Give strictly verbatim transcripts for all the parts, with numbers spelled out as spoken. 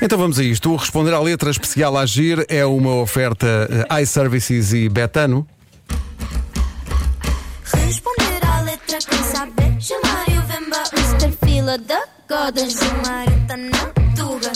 Então vamos a isto. O Responder à Letra especial Agir é uma oferta uh, iServices e Betano. Responder à letra quem saber. Jamário Vemba, mister Fila da Goda. Jamário tá na tuga.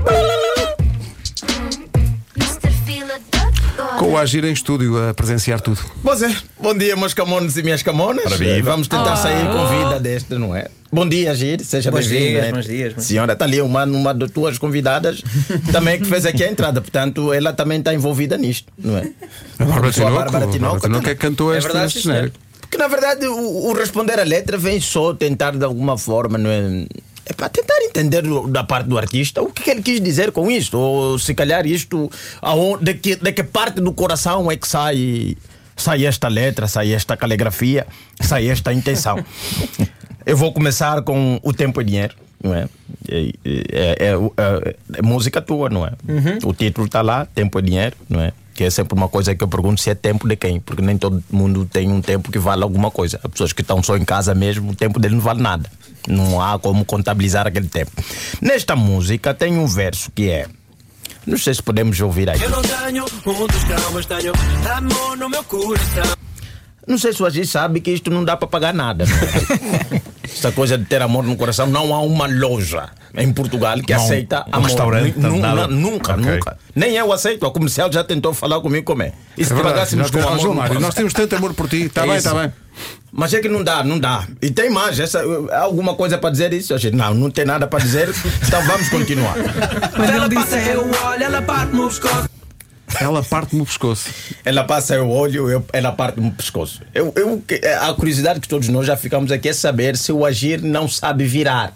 mister Fila da Goda. Com o Agir em estúdio a presenciar tudo. Pois é, bom dia meus camones e minhas camonas. Vamos tentar sair com vida desta, não é? Bom dia, Agir, seja Bons bem-vindo. dias, é? bons dias, bons Senhora, está ali uma, uma das tuas convidadas também que fez aqui a entrada, portanto ela também está envolvida nisto, não é? A Bárbara Só a Tinoco, Bárbara Tinoco, Tinoco é que cantou É este, verdade, este sim, senhor. genérico. Porque na verdade o, o responder à letra vem só tentar de alguma forma, não é? É para tentar entender do- da parte do artista o que, que ele quis dizer com isto, ou se calhar isto, aonde, de, que, de que parte do coração é que sai, sai esta letra, sai esta caligrafia, sai esta intenção. Eu vou começar com O Tempo é Dinheiro, não é? É, é, é, é, é música tua, não é? O título está lá, Tempo é Dinheiro, não é? Que é sempre uma coisa que eu pergunto se é tempo de quem, porque nem todo mundo tem um tempo que vale alguma coisa. As pessoas que estão só em casa mesmo, o tempo dele não vale nada. Não há como contabilizar aquele tempo. Nesta música tem um verso que é, não sei se podemos ouvir aí. Eu não tenho um dos gramas, tenho amor no meu coração. Não sei se o Agir sabe que isto não dá para pagar nada, não é? Essa coisa de ter amor no coração, não há uma loja em Portugal que Não, aceita um amor. restaurante, Nu- nu- nada. Nunca, Ok. nunca. Nem eu aceito. A comercial já tentou falar comigo como é. E se É verdade. pagássemos Nós, com temos- amor João no Mário, coração? nós temos tanto amor por ti. Está É bem, isso. está bem. Mas é que não dá, não dá. E tem mais, essa, há alguma coisa para dizer isso? Eu achei, não, não tem nada para dizer, então vamos continuar. Ela passa, eu olho, ela parte-me o pescoço. Ela parte-me o pescoço. Ela passa o olho, eu, ela parte no pescoço. Eu, eu, que- a curiosidade que todos nós já ficamos aqui é saber se o Agir não sabe virar.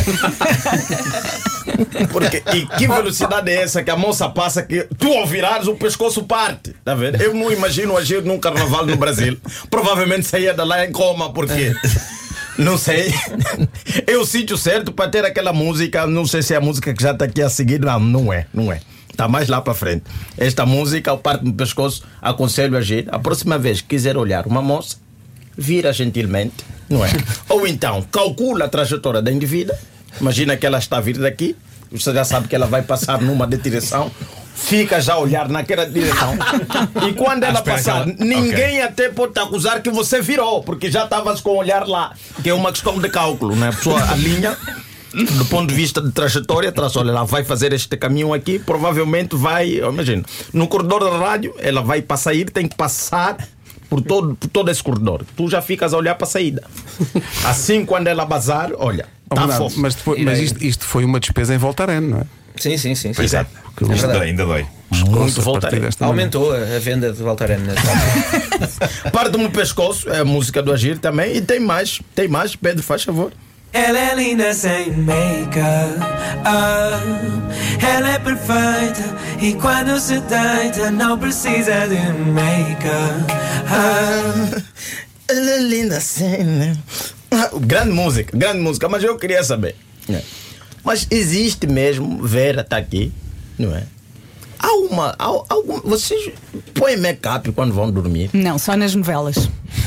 Porque, e que velocidade é essa que a moça passa que tu ao virares o pescoço parte, tá vendo? Eu não imagino o Agir num carnaval no Brasil. Provavelmente saía de lá em coma, porque não sei. É o sítio certo para ter aquela música. Não sei se é a música que já está aqui a seguir. Não, não é, não é. Está mais lá para frente. Esta música, o parte no pescoço, aconselho a Agir. A próxima vez que quiser olhar uma moça, vira gentilmente, não é? Ou então, calcula a trajetória da indivídua. Imagina que ela está a vir daqui, você já sabe que ela vai passar numa de direção, fica já a olhar naquela direção. E quando ela espera passar, que ela- ninguém até pode te acusar que você virou, porque já estavas com o olhar lá, que é uma questão de cálculo, né? A pessoa alinha do ponto de vista de trajetória, traça, olha, ela vai fazer este caminho aqui, provavelmente vai, imagina, no corredor da rádio, ela vai para sair, tem que passar por todo, por todo esse corredor. Tu já ficas a olhar para a saída. Assim, quando ela bazar, olha, Oh, está Bernardo, fofo. mas depois- mas isto, isto foi uma despesa em Voltaren, não é? Sim, sim, sim. sim. Pois é. Porque Isto verdade. dói, ainda dói. Muito a voltarei. partir desta manhã. Aumentou a, a venda de Voltaren. Parte-me o pescoço, é a música do Agir também. E tem mais, tem mais. Pedro, faz favor. Ela é linda sem make-up. Ah, ela é perfeita e quando se deita não precisa de make-up. Ah, Ela é linda assim, né? Ah, grande música, grande música. Mas eu queria saber, né? Mas existe mesmo, Vera está aqui, não é? Há uma, há, algum, vocês põem make-up quando vão dormir? Não, só nas novelas.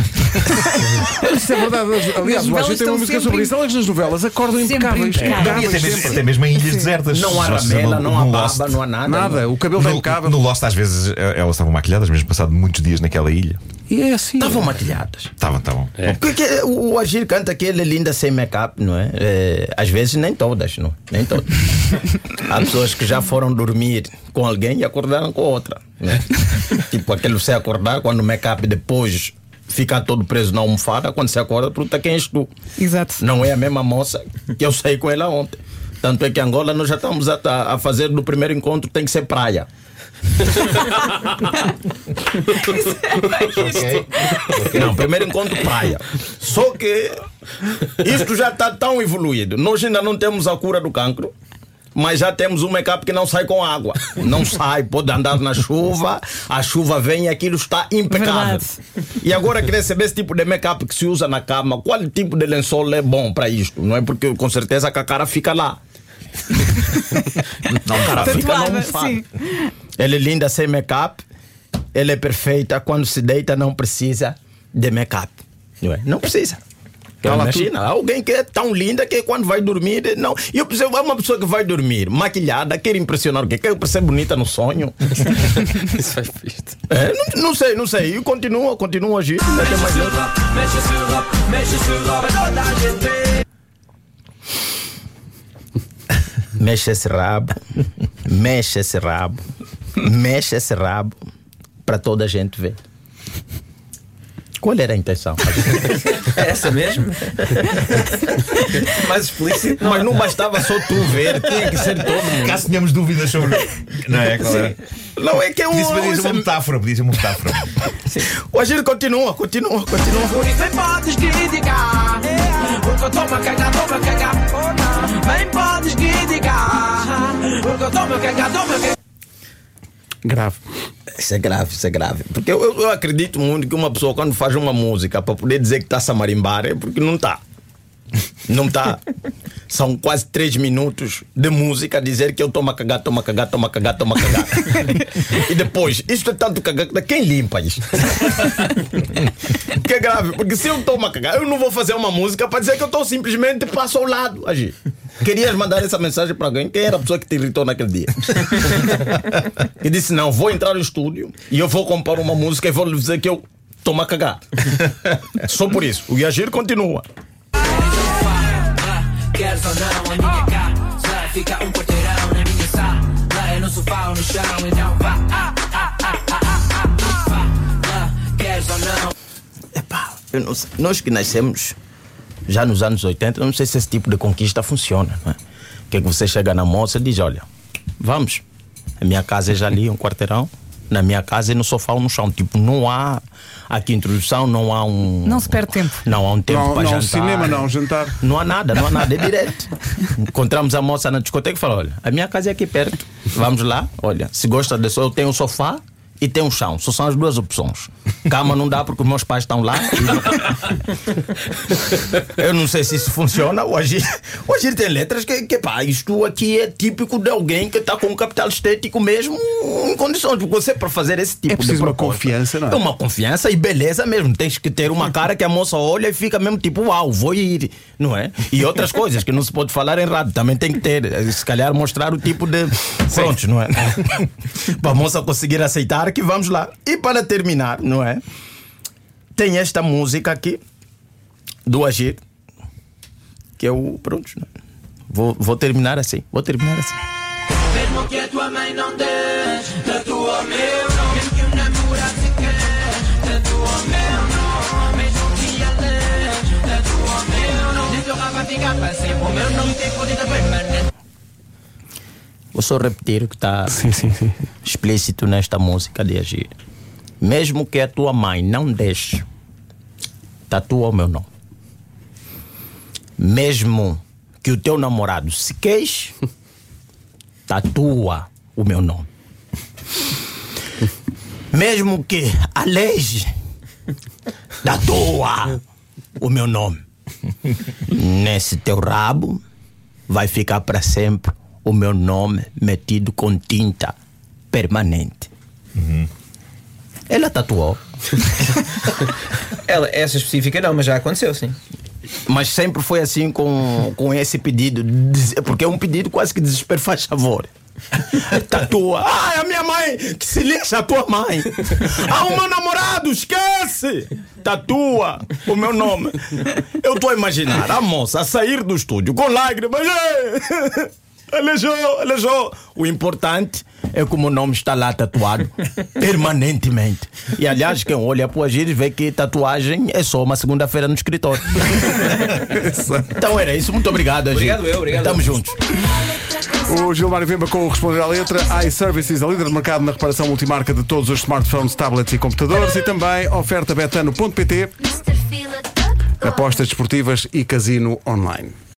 Isso é verdade. Aliás, As o Agir novelas tem uma estão música sempre sobre isso. Elas nas novelas acordam sempre impecáveis. impecáveis. E até mesmo, até mesmo em ilhas desertas. Não há Se vocês ramela, lembram, não há no baba, Lost. não há nada. Nada. O cabelo está No, impecável. no Lost, às vezes, elas estavam maquilhadas, mesmo passado muitos dias naquela ilha. E é assim. Estavam maquilhadas. Estavam, estavam. Porque que o, o Agir canta que ele é linda sem make-up, não é? É, às vezes nem todas, não? Nem todas. Há pessoas que já foram dormir com alguém e acordaram com outra, né? Tipo aquele você acordar quando o make-up depois fica todo preso na almofada, quando você acorda, pergunta quem és tu. Exato. Não é a mesma moça que eu saí com ela ontem. Tanto é que em Angola nós já estamos a, a fazer do primeiro encontro tem que ser praia. Não, primeiro encontro praia. Só que isto já está tão evoluído. Nós ainda não temos a cura do cancro, mas já temos um make-up que não sai com água. Não sai, pode andar na chuva, a chuva vem e aquilo está impecável. Verdade. E agora queria saber esse tipo de make-up que se usa na cama, qual tipo de lençol é bom para isto? Não é porque com certeza que a cara fica lá. Não, a cara fica na Tatuada, almofada. sim. Ela é linda sem make-up, ela é perfeita, quando se deita não precisa de make-up. Não é? Não precisa. Tá lá Imagina, alguém que é tão linda que quando vai dormir, não. E eu percebo, é uma pessoa que vai dormir maquilhada, quer impressionar alguém, quer ser bonita no sonho. Isso faz visto. É, não, não sei, não sei. E continua, continua a agir. Não tem mais nada. Mexe esse rabo, mexe esse rabo, toda a gente vê. Mexe esse rabo, mexe esse rabo, mexe esse rabo para toda a gente ver. Qual era a intenção? É essa mesmo? Mais explícito. Mas não bastava só tu ver, tinha que ser todo mundo. Caso tenhamos dúvidas sobre. Não é? Qual era? Não é que é um. Podia ser podia ser uma metáfora, podia ser uma metáfora. O agir continua, continua, continua. Por isso nem podes criticar, porque eu tomo a cagar, tomo a cagar. Nem podes criticar, porque eu tomo a cagar, tomo a cagar. Grave. Isso é grave, isso é grave. Porque eu, eu, eu acredito muito que uma pessoa, quando faz uma música para poder dizer que está a marimbar, é porque não está. Não está. São quase três minutos de música a dizer que eu tomo a cagar, tomo a cagar, tomo a cagar, tomo a cagar. E depois, isto é tanto cagar, quem limpa isto? Que é grave, porque se eu tomo a cagar, eu não vou fazer uma música para dizer que eu estou simplesmente passo ao lado. Agir. Querias mandar essa mensagem para alguém? Quem era a pessoa que te irritou naquele dia? E disse: não, vou entrar no estúdio e eu vou compor uma música e vou lhe dizer que eu tomo a cagar. Só por isso. O Agir continua. Queres ou não, a minha casa fica um quarteirão na minha sala. É no sofá ou no chão, então vá. Ah, ah, ah, ah, ah, ah, ah. Queres ou não? Epá, eu não sei. Nós que nascemos já nos anos oitenta, eu não sei se esse tipo de conquista funciona. Não é? Que é que você chega na moça e diz: olha, vamos, a minha casa é já ali, um quarteirão. Na minha casa é no sofá ou no chão. Tipo, não há aqui introdução, não há um. Não se perde tempo. Não há um tempo Não, para não jantar. cinema, não, jantar. Não há nada, não há nada, é direto. Encontramos a moça na discoteca e falou: olha, a minha casa é aqui perto. Vamos lá, olha, se gosta de só, eu tenho um sofá e tenho um chão. Só são as duas opções. Cama não dá porque os meus pais estão lá. Não... Eu não sei se isso funciona. O Agir, o Agir tem letras que, que pá, isto aqui é típico de alguém que está com um capital estético mesmo em condições. Porque você, para fazer esse tipo É preciso de uma proposta, confiança, não é? É uma confiança e beleza mesmo. Tens que ter uma cara que a moça olha e fica mesmo tipo: uau, vou ir, não é? E outras coisas que não se pode falar em rádio também tem que ter. Se calhar mostrar o tipo de prontos, não é? Para a moça conseguir aceitar que vamos lá. E para terminar, não é? Tem esta música aqui do Agir, que é o pronto, não é? Vou, vou terminar assim. Vou terminar assim. Mesmo que a tua mãe não deixe, tatua o meu nome. Mesmo que o namorado se quer, tatua o meu nome. Mesmo que a lei, tatua o meu nome. Nem teu rabo vai ficar para sempre. O meu nome tem poder permanente. Vou só repetir o que está explícito nesta música de Agir. Mesmo que a tua mãe não deixe, tatua o meu nome. Mesmo que o teu namorado se queixe, tatua o meu nome. Mesmo que aleje, tatua o meu nome. Nesse teu rabo vai ficar para sempre o meu nome metido com tinta permanente. Uhum. Ela tatuou. Ela, essa específica não, mas já aconteceu, sim. Mas sempre foi assim com, com esse pedido. de- Porque é um pedido quase que desespero, faz favor. Tatua. Ai, a minha mãe, que se lixa a tua mãe. Ah, o meu namorado, esquece. Tatua o meu nome. Eu estou a imaginar a moça a sair do estúdio com lágrimas. Ei, Alejou, alejou. O importante é como o nome está lá tatuado permanentemente. E aliás, quem olha para o Agir vê que tatuagem é só uma segunda-feira no escritório. Então era isso, muito obrigado, Agir. Obrigado eu, obrigado Estamos eu. juntos. O Gilmário Vemba com o Responder à Letra. iServices, a líder de mercado na reparação multimarca de todos os smartphones, tablets e computadores. E também oferta betano ponto pt, mister Fila da apostas desportivas e casino online.